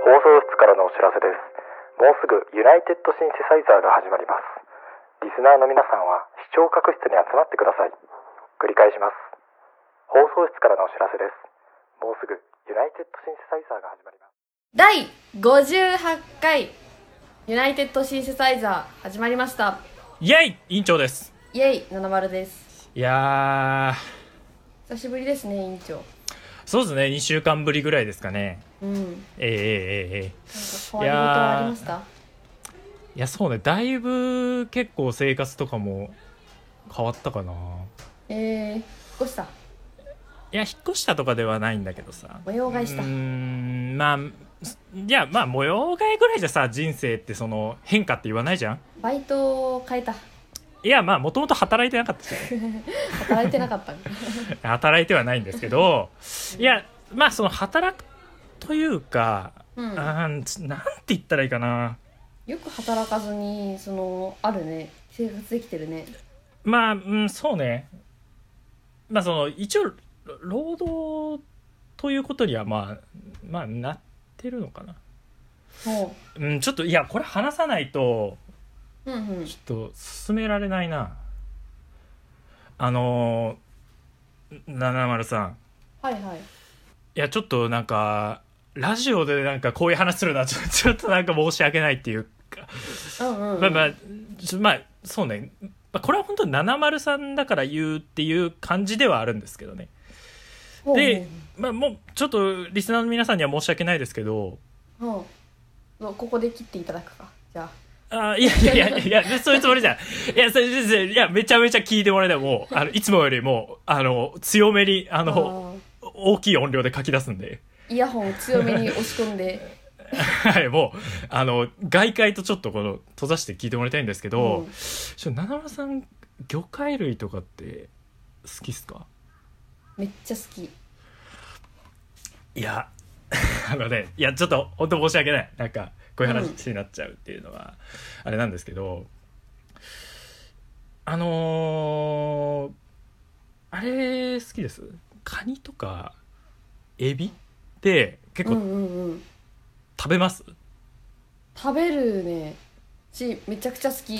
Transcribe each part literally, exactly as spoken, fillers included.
放送室からのお知らせです。もうすぐユナイテッドシンセサイザーが始まります。リスナーの皆さんは視聴覚室に集まってください。繰り返します。放送室からのお知らせです。もうすぐユナイテッドシンセサイザーが始まります。 だいごじゅうはちかいユナイテッドシンセサイザー始まりました。 イエイ、委員長です。 イエイ、ななまるです。 いやー久しぶりですね、委員長。 そうですね、にしゅうかんぶりぐらいですかね。 うんえー、えー、えー、なんか変わり事はありました？ いやそうね、だいぶ結構生活とかも変わったかな。 えー、引っ越した？ いや引っ越したとかではないんだけどさ、 模様替えした。 うーん、まあいやまあ模様替えぐらいじゃさ、人生ってその変化って言わないじゃん。 バイトを変えた。 いやまあもともと働いてなかったし働いてなかった働いてはないんですけど、いやまあその働くというか、うん、あなんて言ったらいいかな。 よく働かずにそのあるね、生活できてるね。 まあ、うん、そうね。まあその一応労働ということにはまあまあなってるのかな。うん、ちょっといやこれ話さないと、うんうん、ちょっと進められないな。あのななまるさん。 はいはい。いやちょっとなんかラジオでなんかこういう話するのはちょちょっとなんか申し訳ないっていうか、うんうんうん、まあまあまあそうね。これは本当にななまるさんだから言うっていう感じではあるんですけどね。で、まあ、もうちょっとリスナーの皆さんには申し訳ないですけど、 うん、ここで切っていただくか。じゃあ。あいやいやいやいやそういうつもりじゃん。いやそれいやめちゃめちゃ聞いてもらえたらもうあのいつもよりもあの強めにあの大きい音量で書き出すんで。 イヤホンを強めに押し込んではいもうあの外界とちょっとこの閉ざして聞いてもらいたいんですけど、うん、ちょななまるさん魚介類とかって好きっすか？ めっちゃ好き。 いやあのねいやちょっと本当申し訳ない、なんかこういう話になっちゃうっていうのは、うん、あれなんですけど、あのー、あれ好きです。カニとかエビって結構、うんうんうん、食べます？ 食べるね。しめちゃくちゃ好き。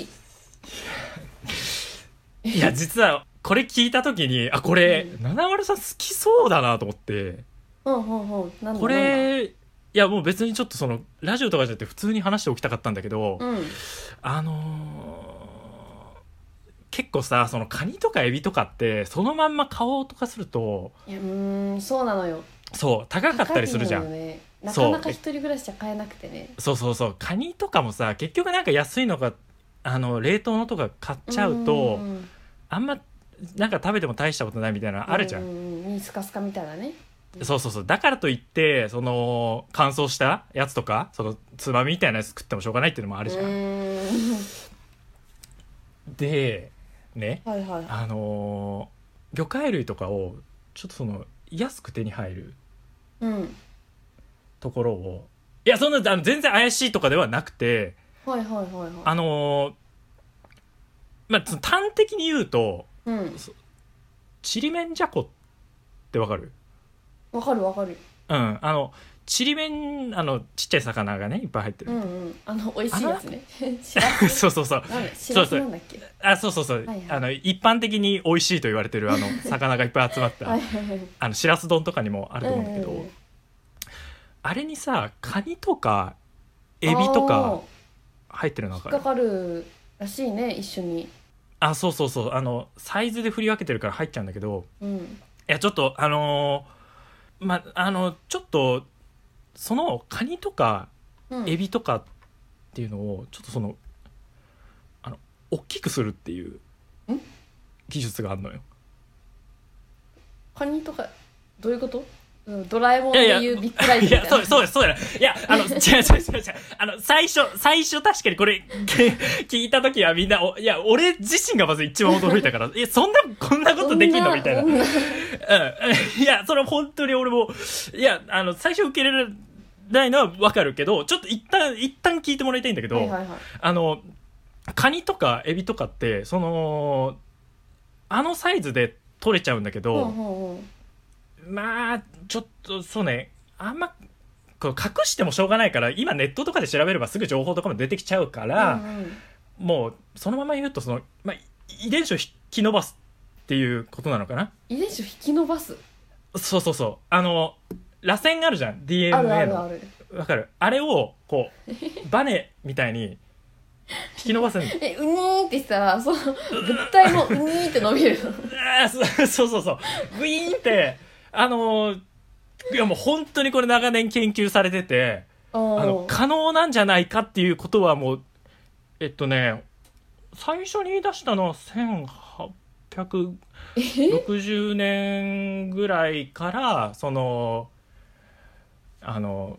いや実はこれ聞いた時にあこれ、うん、ななまるさん好きそうだなと思って、 うんうんうん、なんだこれいやもう別にちょっとそのラジオとかじゃなくて普通に話しておきたかったんだけど、うん、あのー、結構さそのカニとかエビとかってそのまんま買おうとかすると、 いやうーんそうなのよ。 そう高かったりするじゃん、 ね、なかなか一人暮らしじゃ買えなくてね。 そうそうそうカニとかもさ結局なんか安いのがあの冷凍のとか買っちゃうと、うん、あんまなんか食べても大したことないみたいなのあるじゃん。 うん、スカスカみたいなね。 そうそうそうだからといってその乾燥したやつとかそのつまみみたいなやつ食ってもしょうがないっていうのもあるじゃん。んでね、はいはい、あの魚介類とかをちょっとその安く手に入るところを、いやそんなあの全然怪しいとかではなくて、 はいはいはいはい、 あのまあ端的に言うと、うん、ちりめんじゃこってわかる？ わかるわかる。 うんあのちりめんあのちっちゃい魚がねいっぱい入ってる。 うんうんあの美味しいやつね。 そうそうそう。 しらすなんだっけ？ あそうそうそう、はいはい、あの一般的に美味しいと言われてるあの魚がいっぱい集まったあのしらす丼とかにもあると思うんだけど、うんうん、あれにさカニとかエビとか入ってるの分かる？ 引っかかるらしいね一緒に。 あそうそうそうあのサイズで振り分けてるから入っちゃうんだけど、うん、いやちょっとあのー、まあのちょっとそのカニとかエビとかっていうのをちょっとそのあの大きくするっていう技術があるのよ。 カニとかどういうこと？ドラえもんでいうビッグライトみたいな。 いやいやそうですそうですそうだ。いやあの違う違う違う違うあの最初最初確かにこれ聞いた時はみんなおいや俺自身がまず一番驚いたからいやそんなこんなことできんのみたいな。うん、いやそれ本当に俺もいやあの最初受け入れられないのは分かるけどちょっと一旦一旦聞いてもらいたいんだけど、はいはいはい、あのカニとかエビとかってそのあのサイズで取れちゃうんだけど、うんうんうん、まあちょっとそうねあんまこう隠してもしょうがないから、今ネットとかで調べればすぐ情報とかも出てきちゃうから、 うんうん、 もうそのまま言うとその、まあ、遺伝子を引き伸ばすっていうことなのかな。 遺伝子を引き伸ばす。 そうそうそう、あの螺旋あるじゃん ディーエヌエー の。 あるあるある。 わかる。あれをこうバネみたいに引き伸ばすんだ。 え、うにーんってしたらその物体もうにーんって伸びるあそうそうそうそうグイーンってあのーいやもう本当にこれ長年研究されてて、あの可能なんじゃないかっていうことはもうえっとね最初に出したのはせんはっぴゃくろくじゅうねんぐらいからそのあの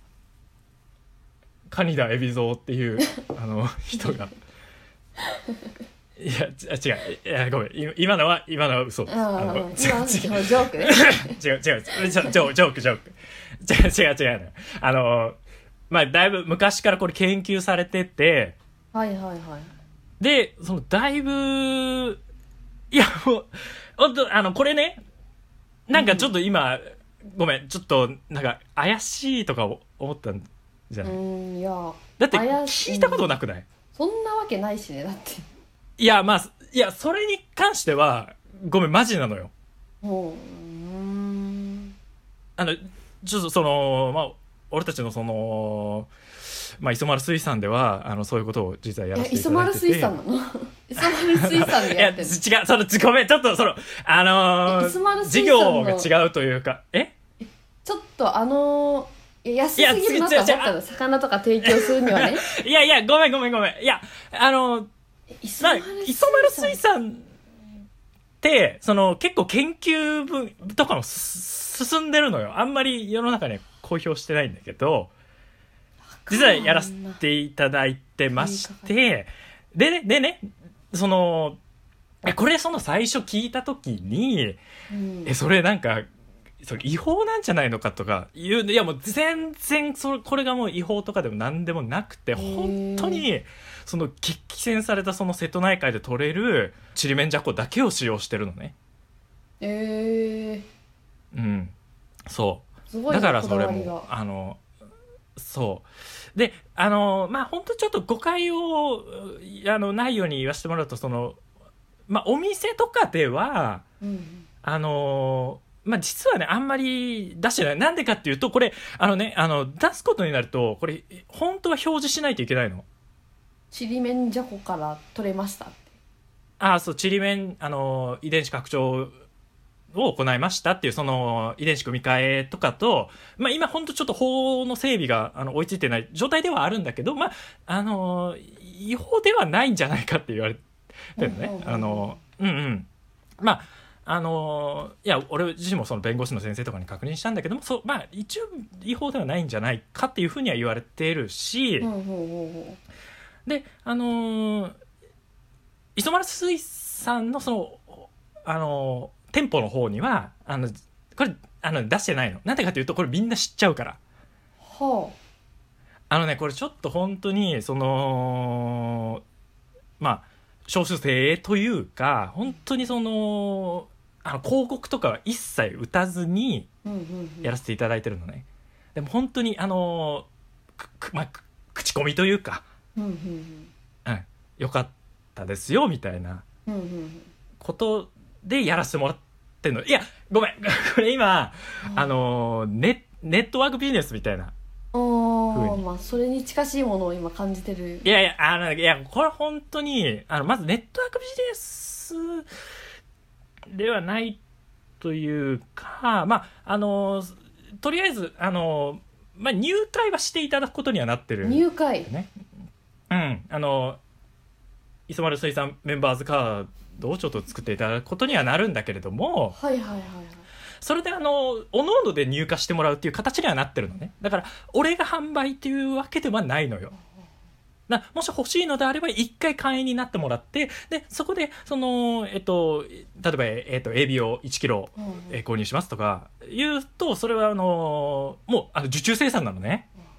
蟹田海老蔵っていうあの人がいや違ういやごめん今のは今のは嘘です。 ああの今のジョークね違う違うジョジョジョークジョーク違う違う違うあのまあだいぶ昔からこれ研究されてて、 はいはいはい。 でそのだいぶいやもう本当あのこれねなんかちょっと今、うん、ごめんちょっとなんか怪しいとか思ったんじゃない。 うんいやだって聞いたことなくない、うん、 そんなわけないしねだって。 いやまあいやそれに関してはごめんマジなのよ。 もううんあのちょっとそのまあ俺たちのそのまあ磯丸水産ではあのそういうことを実はやらせていただいてて。 磯丸水産なの磯丸水産でやってるの。 いや違うそのごめんちょっとそのあのー、事業が違うというかえちょっとあのー、安すぎるなと思ったの魚とか提供するにはねいやいやごめんごめんごめんいやあのー磯丸水産ってその結構研究分とかも進んでるのよ。あんまり世の中には公表してないんだけど実はやらせていただいてましてでねでねそのこれその最初聞いた時に、うん、えそれなんかそれ違法なんじゃないのかとかいういやもう全然それこれがもう違法とかでも何でもなくて本当にその激戦されたその瀬戸内海で取れるちりめんじゃこだけを使用してるのね。 えー、うんそうすごいだからそれもあのそうであのまあ本当ちょっと誤解をあのないように言わせてもらうとそのまあお店とかでは、うん、あのまあ実はねあんまり出してない。なんでかっていうとこれあのねあの出すことになるとこれ本当は表示しないといけないの。 ちりめんじゃこから取れましたって。 ああそうちりめんあの遺伝子拡張を行いましたっていうその遺伝子組み換えとかと、まあ、今本当ちょっと法の整備があの追いついてない状態ではあるんだけど、まあ、あの違法ではないんじゃないかって言われてるのね、うんうんうん、あのうんうんまああのいや俺自身もその弁護士の先生とかに確認したんだけどもそう、まあ、一応違法ではないんじゃないかっていうふうには言われてるし、うんうんうん、であの磯丸水産のそのあの店舗の方にはあのこれあの出してないの。なんでかというとこれみんな知っちゃうから。 はあ。あのねこれちょっと本当にそのまあ少数精というか本当にそのあの広告とかは一切打たずにやらせていただいてるのね。うんうんうん、でも本当にあのく、まあ、口コミというか、うんうんうんうん、よかったですよみたいなことでやらせてもらってんの。いやごめんこれ今、うん、あのネネットワークビジネスみたいなおまあそれに近しいものを今感じてる。 いやいやあのいやこれ本当にあのまずネットワークビジネスではないというかまああのとりあえずあの、まあ、入会はしていただくことにはなってる、 ね、入会うんあの磯丸水産メンバーズカードをちょっと作っていただくことにはなるんだけれども、 はいはいはいはい、 それであのおのおので入荷してもらうっていう形にはなってるのね。だから俺が販売っていうわけではないのよ。だもし欲しいのであれば一回会員になってもらってでそこでそのえっと例えばえっとエビをいちキロ、えー、購入しますとか言うとそれはあのもうあの受注生産なのね。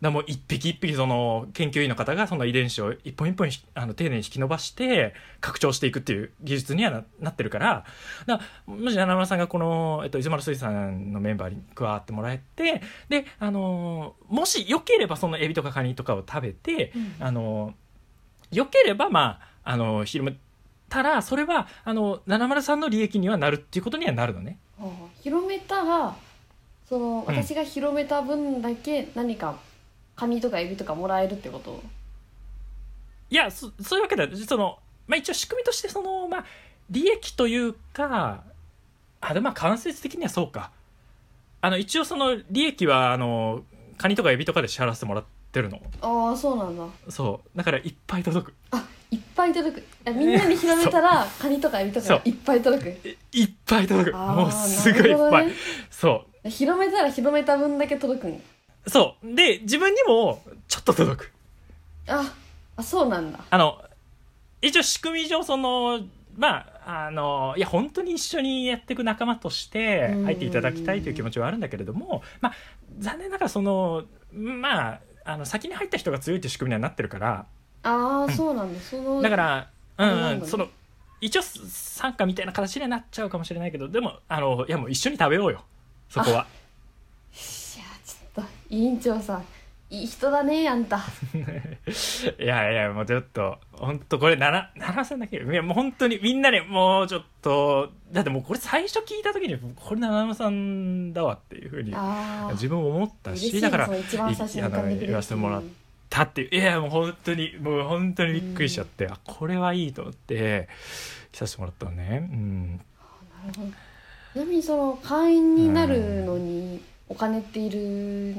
らもう一匹一匹その研究員の方がその遺伝子を一本一本あの丁寧に引き伸ばして拡張していくっていう技術には な, なってるからだからもし七村さんがこの、えっと、磯丸水産のメンバーに加わってもらえてで、あのもしよければそのエビとかカニとかを食べて、うん、あのよければまああの広めたらそれはあの七丸さんの利益にはなるっていうことにはなるのね。 ああ広めたらその私が広めた分だけ何かカニとかエビとかもらえるってこと？ いや そ, そういうわけだその、まあ、一応仕組みとしてその、まあ、利益というかあでまあ間接的にはそうかあの一応その利益はあのカニとかエビとかで支払わせてもらってるの。 ああそうなんだ。 そうだからいっぱい届く。 あいっぱい届く。みんなに広めたらカニとかエビとかいっぱい届く。 いっぱい届く。もうすごいいっぱい、ね、そう広めたら広めた分だけ届くん。 そうで自分にもちょっと届く。 ああそうなんだ。 あの一応仕組み上そのまああのいや本当に一緒にやっていく仲間として入っていただきたいという気持ちはあるんだけれども、まあ残念ながらそのまああの先に入った人が強いという仕組みにはなってるから。 ああ、うん、そうなんだ。そのだからうん、うん、その一応参加みたいな形にはなっちゃうかもしれないけどでもあのいやもう一緒に食べようよそこは。いやちょっと委員長さんいい人だねあんた。 いやいやもうちょっと本当これななななさんだけいやもう本当にみんなでもうちょっとだってもうこれ最初聞いた時にこれななさんだわっていうふうに自分思ったしだから一番最初に浮かんでくる言わせてもらったっていういやもう本当にもう本当にびっくりしちゃって、うん、あこれはいいと思って来させてもらったのね。うん。 なるほど。ちなみにその会員になるのにお金っている、うん、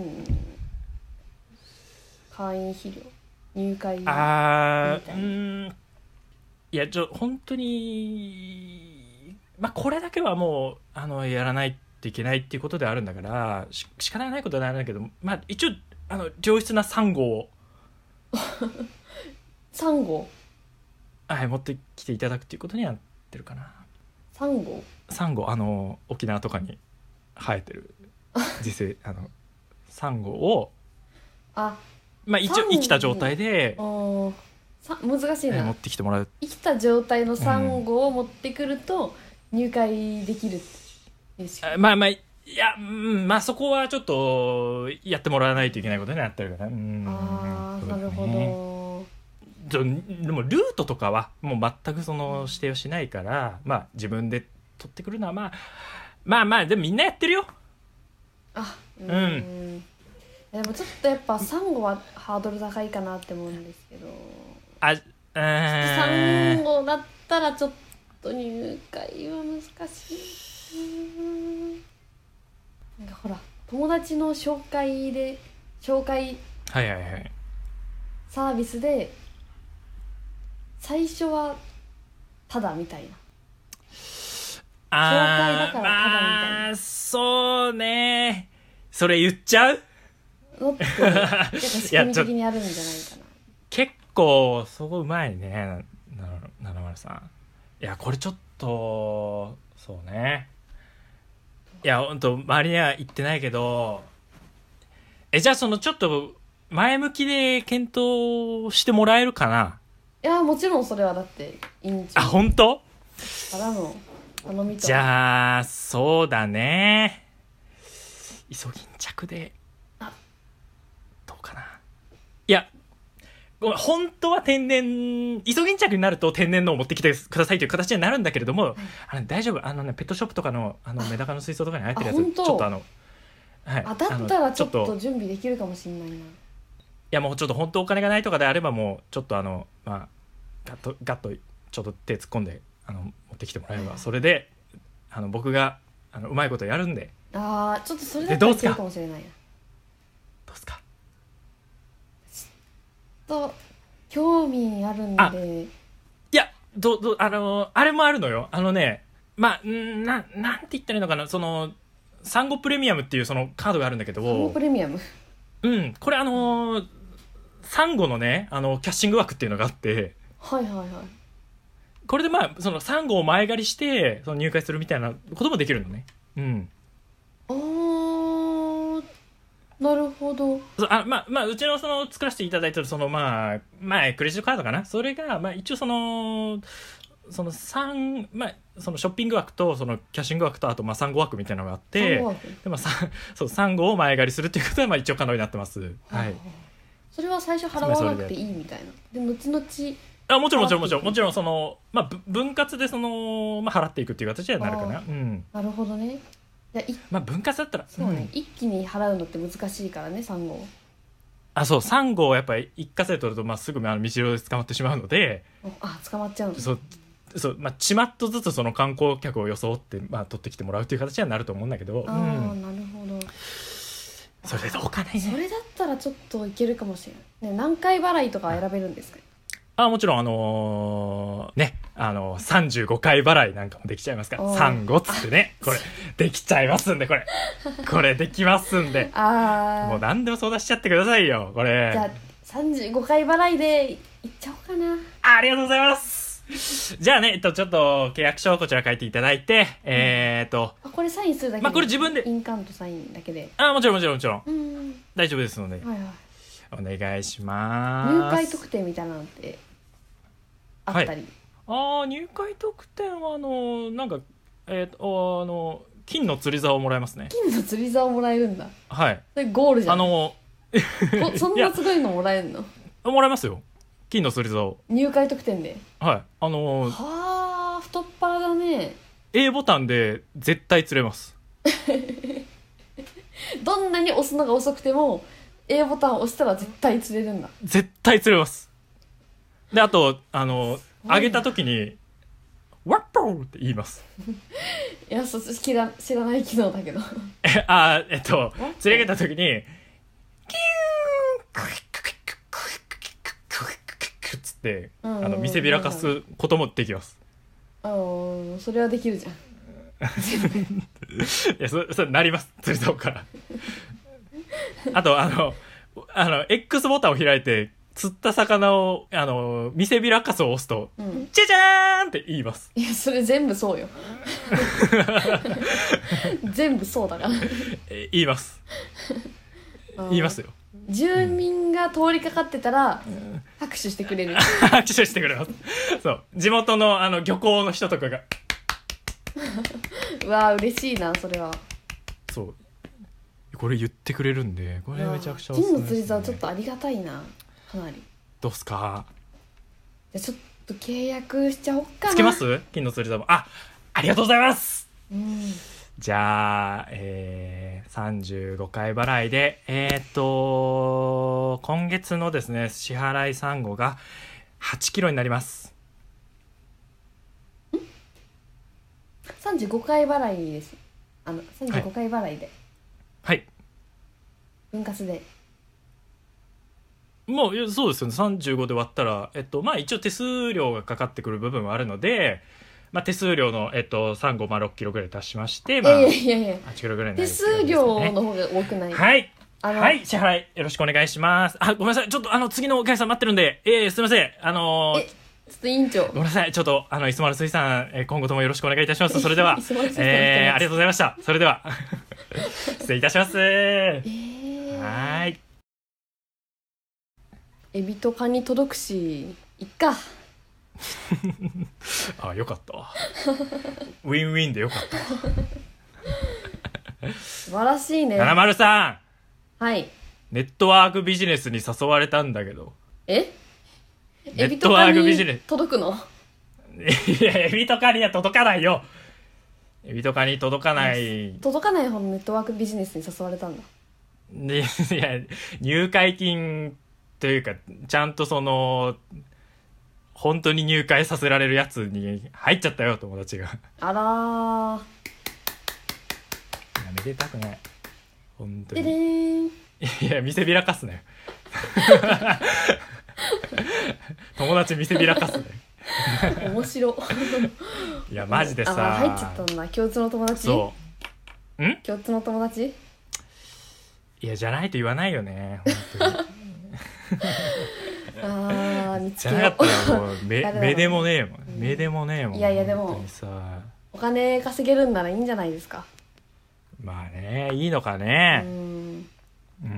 会員費料入会みたいな。 あうんいやちょ本当にまあこれだけはもうあのやらないといけないっていうことであるんだからし仕方がないことはないんだけどまあ一応あの良質なサンゴをサンゴはい持ってきていただくっていうことにはなってるかな。 サンゴサンゴあの沖縄とかに生えてる実生あのサンゴをあまあ一応生きた状態でさ難しいな、 えー、持ってきてもらう。 生きた状態のサンゴを持ってくると入会できるっていう仕組み、 うん、まあまあいや、うん、まあそこはちょっとやってもらわないといけないことになってるから、うん、 ああ、ね、なるほど。 でもルートとかはもう全くその指定をしないからまあ自分で取ってくるのはまあまあまあでもみんなやってるよ。 あうん、うん、でもちょっとやっぱサンゴはハードル高いかなって思うんですけどあ、えー、 サンゴだったらちょっと入会は難しい。なんかほら友達の紹介で紹介はいはいはいサービスで最初はタダみたいなあ紹介だからタダみたいな、まあ、そうねそれ言っちゃうのって結構仕組み的にあるんじゃないかな。 結構そこうまいねななまるさん。いやこれちょっとそうねいやほんと周りには言ってないけどえじゃあそのちょっと前向きで検討してもらえるかな。 いやもちろんそれはだって委員長あ本当からの頼みと。 じゃあそうだねイソギンチャクでどうかな。いやごめん本当は天然イソギンチャクになると天然のを持ってきてくださいという形になるんだけれども、はい、あの大丈夫あの、ね、ペットショップとかのあのメダカの水槽とかに入ってるやつちょっとあの、はい、 あだったらちょっと準備できるかもしれないな。いやもうちょっと本当お金がないとかであればもうちょっとあのまあガッとガッとちょっと手突っ込んであの持ってきてもらえればそれであの僕があのうまいことやるんで。 ああちょっとそれだったらいけるかもしれないな。 どうすかちょっと興味あるんで。 いやどどあのあれもあるのよあのねまあんななんて言ったらいいのかなそのサンゴプレミアムっていうそのカードがあるんだけどサンゴプレミアムうんこれあのー、サンゴのねあのキャッシング枠っていうのがあってはいはいはいこれでまあそのサンゴを前借りしてその入会するみたいなこともできるのね。うんおなるほど。 そうあまあまあうちのその作らせていただいてるそのまあまあクレジットカードかな、それがまあ一応そのその三まあそのショッピング枠とそのキャッシング枠とあとまあ産後枠みたいなのがあって産後枠でまあさそう産後を前借りするっていうことはまあ一応可能になってます。はいそれは最初払わなくていいみたいな。で後々 あもちろんもちろんもちろんもちろんそのまあぶ分割でそのまあ払っていくっていう形にはなるかな。うんなるほどね。いやいまあ分割だったらそうね、 ん一気に払うのって難しいからね、産後。 あそうさん号をやっぱり一過性取るとまあすぐあの道路で捕まってしまうのであ捕まっちゃうんだ。 そうそうまあちまっとずつその観光客を装ってまあ取ってきてもらうっていう形にはなると思うんだけど、 ああ、 うん、 なるほど。 それでどうかないね。 それだったらちょっといけるかもしれない、ね、何回払いとか選べるんですか？ あもちろんあのーねあのー、さんじゅうごかい払いなんかもできちゃいますからおーさんごっつってねこれできちゃいますんでこれこれできますんでああもう何でも相談しちゃってくださいよこれ。 じゃあさんじゅうごかい払いでいっちゃおうかな。 ありがとうございますじゃあね、えっと、ちょっと契約書をこちら書いていただいて、えー、っとあこれサインするだけで、 まあこれ自分で印鑑とサインだけで。 あもちろんもちろんもちろんうん大丈夫ですのではいはい。 お願いします入会特典みたいなのってあったり、 ああ入会特典はあのなんかえー、っとあの金の釣り竿をもらえますね。 金の釣り竿もらえるんだ。 はいそれゴールじゃん。 あのおそんなすごいのもらえるの？ もらえますよ金の釣り竿。 入会特典で。 はいあのー、 はあ太っ腹だね。 A ボタンで絶対釣れます。 どんなに押すのが遅くても A ボタンを押したら絶対釣れるんだ。 絶対釣れます。であとあのごいな上げた時にワッポーって言います。 いやそ知ら知らない機能だけどえあえっと釣り上げた時にキューンクイックイッククイックイッククイックイックっつってあうんうんうんの見せびらかすこともできます。 あのそれはできるじゃん。 いやそそれなります釣り竿からあとあのあの X ボタンを開いて釣った魚をあの見せびらかすを押すと、 うん、 じゃじゃーんって言います。 いやそれ全部そうよ全部そうだからえ言います言いますよ。 住民が通りかかってたら拍手してくれる。 拍手してくれます。そう地元のあの漁港の人とかがうわー嬉しいなそれは。 そうこれ言ってくれるんでこれめちゃくちゃおすすめですね。 金の釣り竿ちょっとありがたいなかなり。 どうっすか？ じゃあちょっと契約しちゃおっかな。 つけます金の釣り竿もあありがとうございます。 うんじゃあ、えー、さんじゅうごかい払いでえー、っと今月のですね支払い産後がはちキロになります。 さんじゅうごかい払いです。あのさんじゅうごかい払いで、 はい分割で。 もういやそうですよねさんじゅうごで割ったらえっとまあ一応手数料がかかってくる部分はあるので、まあ、手数料の、えっと、さんごまあろっキロぐらい足しまして、まあ、 いやいやいやいやはちキロぐらいにな手るっていう数感じですかね料の方が多くない？ はいあのはい支払いよろしくお願いします。あごめんなさいちょっとあの次のお客さん待ってるんでえー、すいませんあのーえちょっと委員長ごめんなさいちょっとあの磯丸水産、えー今後ともよろしくお願いいたしますそれでは磯丸水産の人えー、ありがとうございましたそれでは失礼いたしますえー、 はーいエビとカニ届くしいっか。 あよかったわウィンウィンでよかったわ素晴らしいね。 ななまるさんはい。 ネットワークビジネスに誘われたんだけどえネットワークビジネスエビとカニ届くの？ いやエビとカニは届かないよエビとカニ届かない届かない方のネットワークビジネスに誘われたんだ。 でいや入会金というかちゃんとその本当に入会させられるやつに入っちゃったよ友達が。 あらーいやめでたくない本当ででに。 ーん。 いや見せびらかすなよ友達見せびらかすなよ面白いやマジでさあ入っちゃったんだ。共通の友達？ そううん共通の友達？ いやじゃないと言わないよね本当にあー見つじけよゃなかったらもう目誰だろう目でもねえもん目でもねえもんいやいやでも本当にさお金稼げるんならいいんじゃないですか。 まあねいいのかうねんうー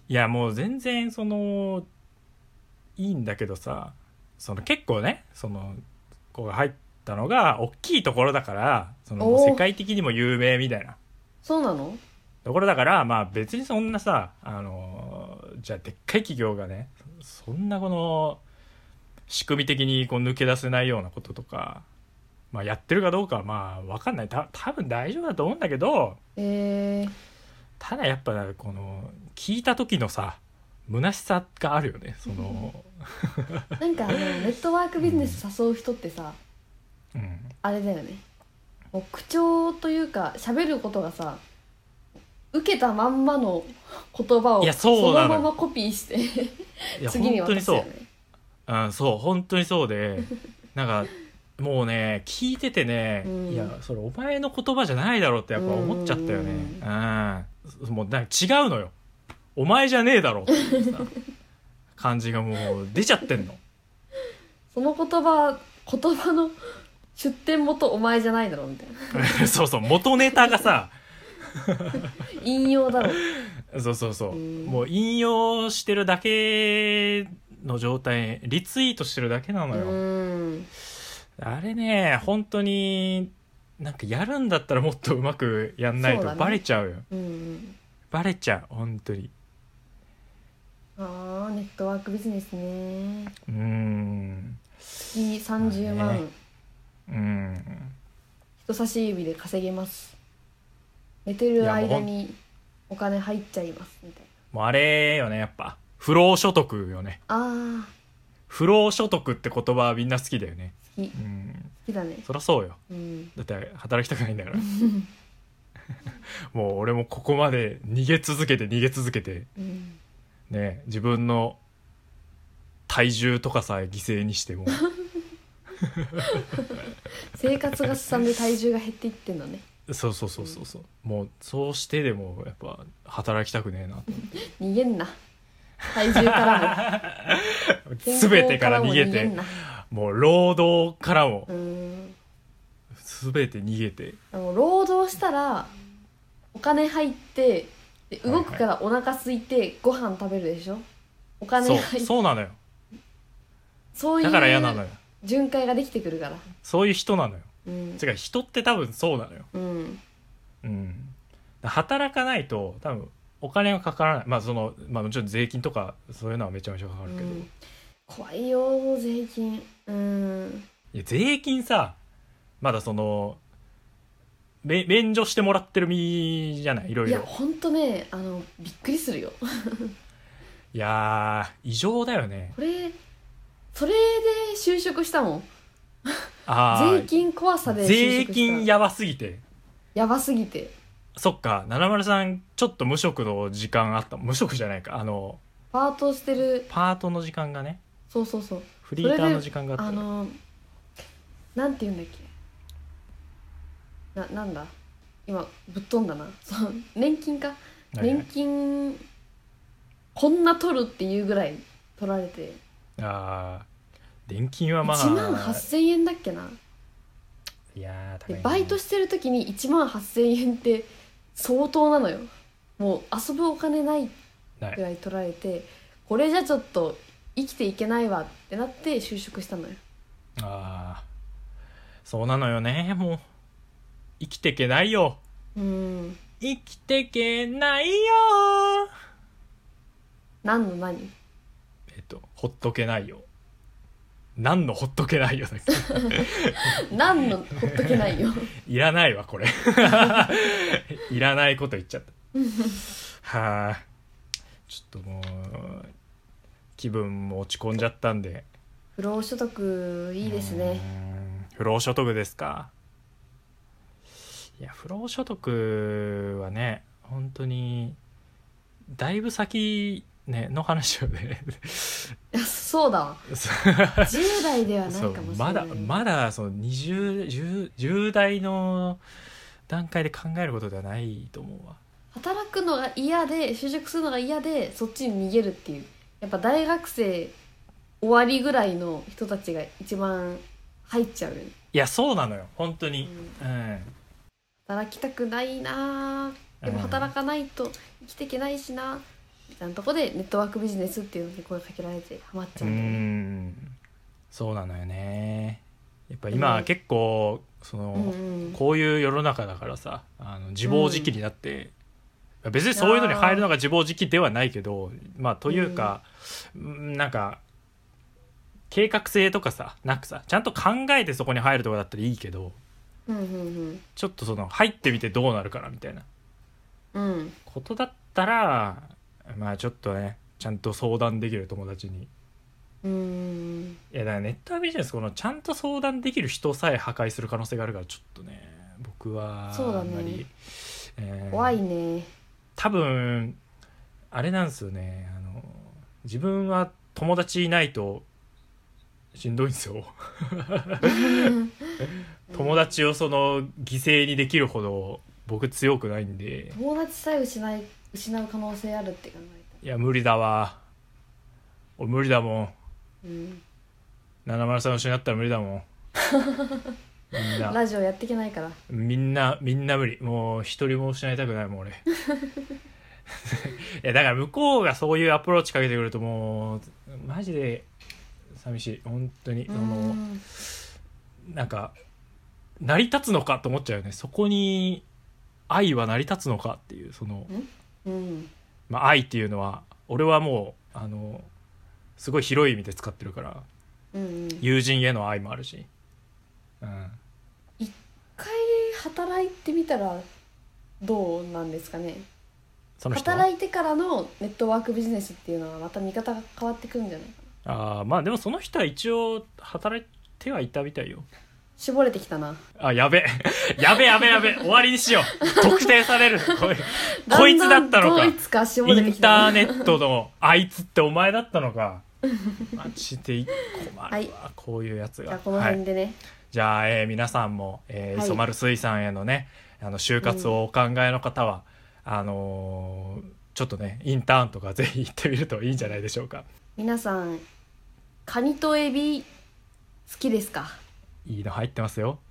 いやもう全然そのいいんだけどさ、その結構ねその子が入ったのが大きいところだから、そのおー世界的にも有名みたいなそうなの？ ところだから、まあ別にそんなさ、あのじゃあでっかい企業がねそんなこの仕組み的にこう抜け出せないようなこととか、まあ、やってるかどうかはまあ分かんない。た多分大丈夫だと思うんだけど、 えー、 ただやっぱこの聞いた時のさ虚しさがあるよね。そのなんかあのネットワークビジネス誘う人ってさ、 うんあれだよね、もう口調というか喋ることがさ、受けたまんまの言葉をいやそうなのよそのままコピーしていや次に渡すよね。 うん、そう本当にそうでなんかもうね聞いててね、 うんいやそれお前の言葉じゃないだろうってやっぱ思っちゃったよね。うん、もうなんか違うのよ、お前じゃねえだろっていうさ感じがもう出ちゃってんの。 その言葉言葉の出典元お前じゃないだろみたいなそうそう元ネタがさ引用だろ。 そうそうそう、 うんもう引用してるだけの状態、リツイートしてるだけなのよ。 うんあれね本当になんかやるんだったらもっとうまくやんないとそうだねバレちゃうよ。 うんバレちゃう本当に。 あーネットワークビジネスね。 うーん月さんじゅうまん、 まあねうーん人差し指で稼げます。寝てる間にお金入っちゃいますみたいもうあれよねやっぱ不労所得よね。 な。あー不労所得って言葉はみんな好きだよね。 好きうん好きだね。 そりゃそうよ、 うんだって働きたくないんだからもう俺もここまで逃げ続けて逃げ続けてうんね、自分の体重とかさえ犠牲にしても生活が進んで体重が減っていってんのね。 そうそうそうそうそう、もうそうしてでもやっぱ働きたくねえなと逃げんな、体重からも全てから逃げて健康からも逃げんな。 もう労働からもうん全て逃げて、 あの労働したらお金入ってで動くからお腹空いてご飯食べるでしょ。お金そう入ってそうなのよ。 そういうだから嫌なのよ、 巡回ができてくるから。 そういう人なのよ。 うん違う人って多分そうなのよ。 うんうん働かないと多分お金がかからない。まあそのまあもちろん税金とかそういうのはめちゃめちゃかかるけど、 うん怖いよ税金。うんいや税金さまだそのめ免除してもらってる身じゃない、いろいいろ。 やほんとね、あのびっくりするよいやー異常だよね。 これそれで就職したもん。 あー税金怖さで就税職した。 金やばすぎて。 やばすぎてそっか、ななまるさんちょっと無職の時間あった。無職じゃないか、あのパートしてる。 パートの時間がね、 そうそうそう、 フリーターの時間があったあのなんて言うんだっけな、なんだ今ぶっ飛んだな。そう年金か、 はいはい年金こんな取るっていうぐらい取られて、 あー年金はまあいちまんはっせんえんだっけな。 いやー高いね。 でバイトしてる時にいちまんはっせんえんって相当なのよ。もう遊ぶお金ないないぐらい取られて、これじゃちょっと生きていけないわってなって就職したのよ。 あーそうなのよね。もう生きてけないよ、 うん生きてけないよ。 何の何えっとほっとけないよ。何のほっとけないよだっけ何のほっとけないよいらないわこれいらないこと言っちゃったはあちょっともう気分も落ち込んじゃったんで。 不労所得いいですね。 うーん不労所得ですか。いや不労所得はね本当にだいぶ先、ね、の話をねいやそうだわ、じゅう代ではないそうかもしれまだない。 まだそのにじゅう、じゅう、じゅう代の段階で考えることではないと思うわ。 働くのが嫌で就職するのが嫌でそっちに逃げるっていう、やっぱ大学生終わりぐらいの人たちが一番入っちゃうよね。 いやそうなのよ本当に、 うんうん働きたくないな、でも働かないと生きていけないしな。 みたいなとこでネットワークビジネスっていうのに声かけられてハマっちゃうんだよね。 んそうなのよね。やっぱ今は結構その、うんうん、こういう世の中だからさ、あの自暴自棄になって、うん、別にそういうのに入るのが自暴自棄ではないけど、まあというか、うん、なんか計画性とかさなくさちゃんと考えてそこに入るとかだったらいいけど、 うんうんうん、 ちょっとその入ってみてどうなるかなみたいな、 うん、 ことだったらまあちょっとねちゃんと相談できる友達に、 うーんいやだからネットワークビジネスこのちゃんと相談できる人さえ破壊する可能性があるからちょっとね僕はそうだね、 あんまり、えー、 怖いね。 多分あれなんですよね、あの自分は友達いないとしんどいんですよ友達をその犠牲にできるほど僕強くないんで、 友達さえ失い失う可能性あるって考えいや無理だわ俺無理だもん、 た、うん、 ななまるさん失ったら無理だもんみんなラジオやっていけないからみんなみんな無理、もう一人も失いたくないもん俺いやだから向こうがそういうアプローチかけてくるともうマジで寂しい本当に。そのなんか成り立つのかと思っちゃうよね、そこに愛は成り立つのかっていう、その、 うん、 まあ、愛っていうのは俺はもうあのすごい広い意味で使ってるから、 うんうん、 友人への愛もあるし、うん、 一回働いてみたらどうなんですかね。その人働いてからのネットワークビジネスっていうのはまた見方が変わってくるんじゃないかな。 あまあでもその人は一応働いてはいたみたいよ。 絞れてきたなあやべやべやべやべ終わりにしよう特定されるこい, こいつだったのか、 いつか絞れてきたインターネットのあいつってお前だったのかマジで困るわ、はい、こういうやつが。 じゃあこの辺でね、はい、 じゃあ、えー、皆さんも、えー、磯丸水産へのねあの就活をお考えの方は、うん、あのー、ちょっとねインターンとかぜひ行ってみるといいんじゃないでしょうか。 皆さんカニとエビ好きですか？ いいの入ってますよ。